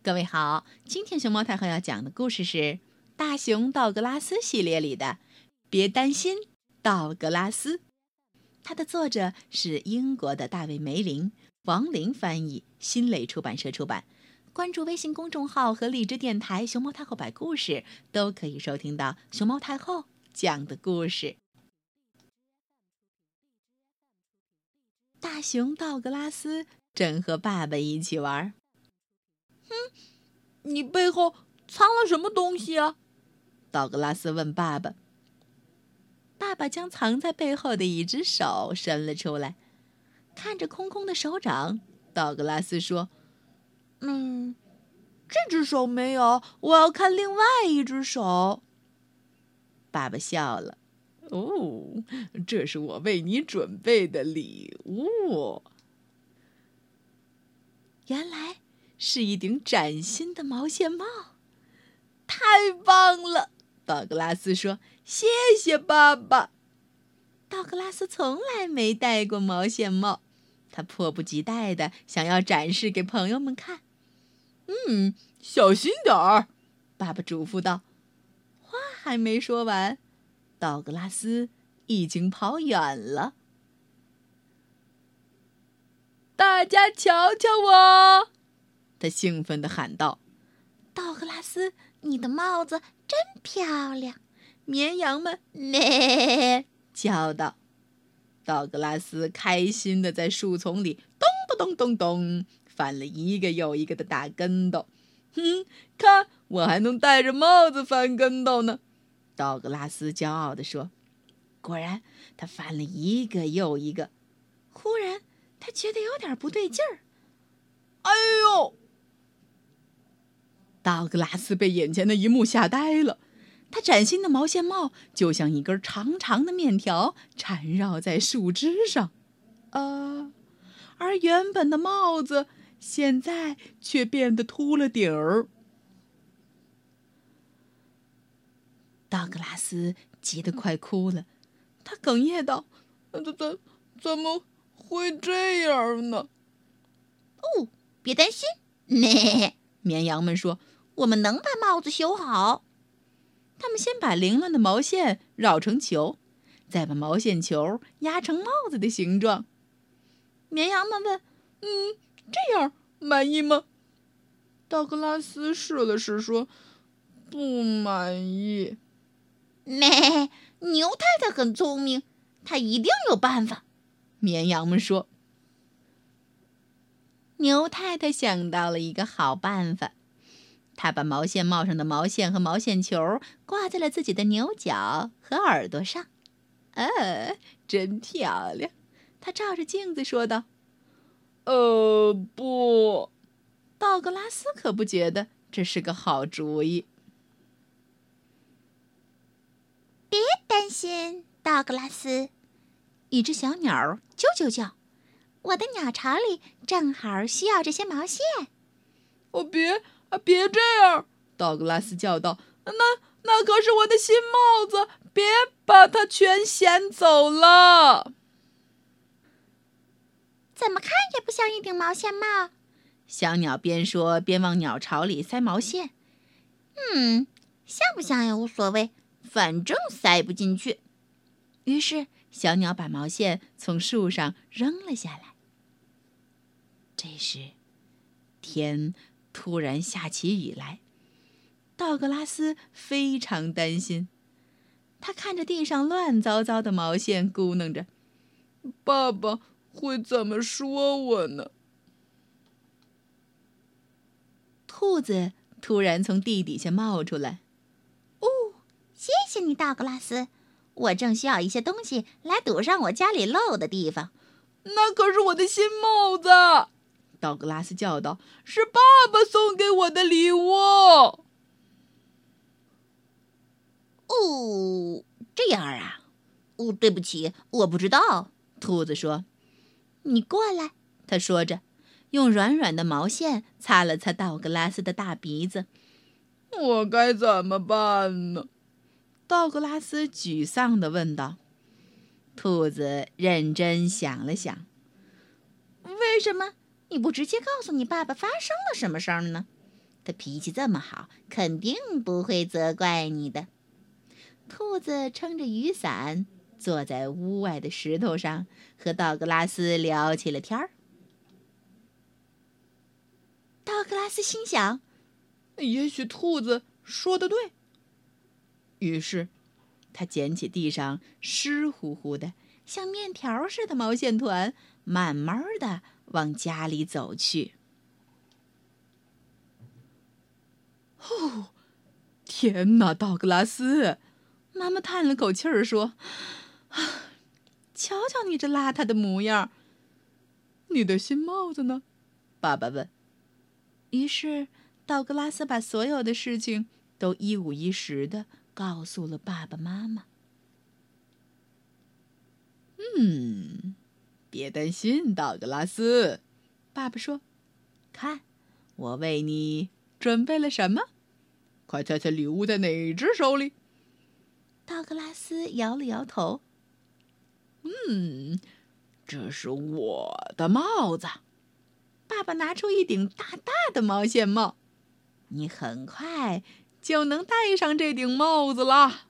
各位好，今天熊猫太后要讲的故事是《大熊道格拉斯》系列里的《别担心，道格拉斯》。它的作者是英国的大卫·梅林，王林翻译，新蕾出版社出版。关注微信公众号和荔枝电台熊猫太后摆故事，都可以收听到熊猫太后讲的故事。大熊道格拉斯正和爸爸一起玩。 你背后藏了什么东西啊？ 道格拉斯问爸爸。爸爸将藏在背后的一只手伸了出来，看着空空的手掌，道格拉斯说：“ 这只手没有，我要看另外一只手。” 爸爸笑了。哦，这是我为你准备的礼物。原来是一顶崭新的毛线帽。 太棒了，道格拉斯说，谢谢爸爸。 道格拉斯从来没戴过毛线帽，他迫不及待地想要展示给朋友们看。 小心点儿， 爸爸嘱咐道。话还没说完，道格拉斯已经跑远了。 大家瞧瞧我！ 他兴奋地喊道。 道格拉斯，你的帽子真漂亮！ 绵羊们咩叫道。道格拉斯开心地在树丛里咚咚咚咚咚翻了一个又一个的大跟斗。 看，我还能戴着帽子翻跟斗呢！ 道格拉斯骄傲地说。果然，他翻了一个又一个。忽然，他觉得有点不对劲儿。 哎呦！ 道格拉斯被眼前的一幕吓呆了。他崭新的毛线帽就像一根长长的面条缠绕在树枝上，而原本的帽子现在却变得秃了顶儿。道格拉斯急得快哭了，他哽咽道：“ 怎么会这样呢？” 哦，别担心， 绵羊们说：“ 我们能把帽子修好。” 他们先把凌乱的毛线绕成球，再把毛线球压成帽子的形状。绵羊们问：“ 这样满意吗？”道格拉斯试了试，说：“不满意。” 牛太太很聪明，她一定有办法。 绵羊们说。牛太太想到了一个好办法。他把毛线帽上的毛线和毛线球挂在了自己的牛角和耳朵上。真漂亮！他照着镜子说道。 不， 道格拉斯可不觉得这是个好主意。 别担心，道格拉斯。 一只小鸟啾啾叫。我的鸟巢里正好需要这些毛线。 别这样！道格拉斯叫道：“那可是我的新帽子，别把它全掀走了。” 怎么看也不像一顶毛线帽。 小鸟边说边往鸟巢里塞毛线。 像不像也无所谓，反正塞不进去。 于是小鸟把毛线从树上扔了下来。这时，天突然下起雨来。道格拉斯非常担心，他看着地上乱糟糟的毛线，咕哝着：“ 爸爸会怎么说我呢？” 兔子突然从地底下冒出来。 谢谢你，道格拉斯。我正需要一些东西来堵上我家里漏的地方。 那可是我的新帽子！道格拉斯叫道：“是爸爸送给我的礼物。” 这样啊？对不起，我不知道。 兔子说：“你过来。”他说着，用软软的毛线擦了擦道格拉斯的大鼻子。 “我该怎么办呢？” 道格拉斯沮丧地问道。兔子认真想了想：“ 为什么你不直接告诉你爸爸发生了什么事儿呢？ 他脾气这么好，肯定不会责怪你的。 兔子撑着雨伞，坐在屋外的石头上，和道格拉斯聊起了天儿。 道格拉斯心想， 也许兔子说得对。 于是，他捡起地上湿乎乎的、像面条似的毛线团，慢慢地往家里走去。 哦，天哪，道格拉斯！ 妈妈叹了口气儿说：“瞧瞧你这邋遢的模样。” 你的新帽子呢？ 爸爸问。于是，道格拉斯把所有的事情都一五一十地告诉了爸爸妈妈。 别担心，道格拉斯， 爸爸说：“看，我为你准备了什么？ 快猜猜礼物在哪只手里？” 道格拉斯摇了摇头。 这是我的帽子。 爸爸拿出一顶大大的毛线帽，你很快就能戴上这顶帽子啦。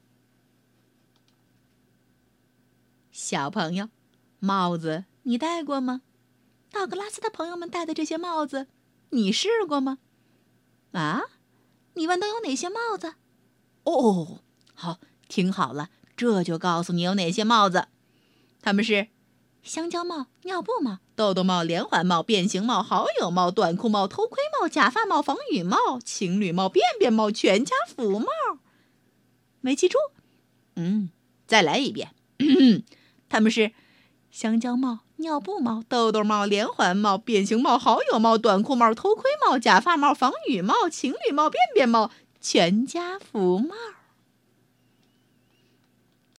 小朋友，帽子你戴过吗？道格拉斯的朋友们戴的这些帽子，你试过吗？啊？你问都有哪些帽子？哦，好，听好了，这就告诉你有哪些帽子。它们是香蕉帽、尿布帽、豆豆帽、连环帽、变形帽、好友帽、短裤帽、偷窥帽、假发帽、防雨帽、情侣帽、便便帽、全家福帽。没记住？再来一遍。它们是香蕉帽、尿布帽、豆豆帽、连环帽、变形帽、好友帽、短裤帽、偷窥帽、假发帽、防雨帽、情侣帽、便便帽、全家福帽。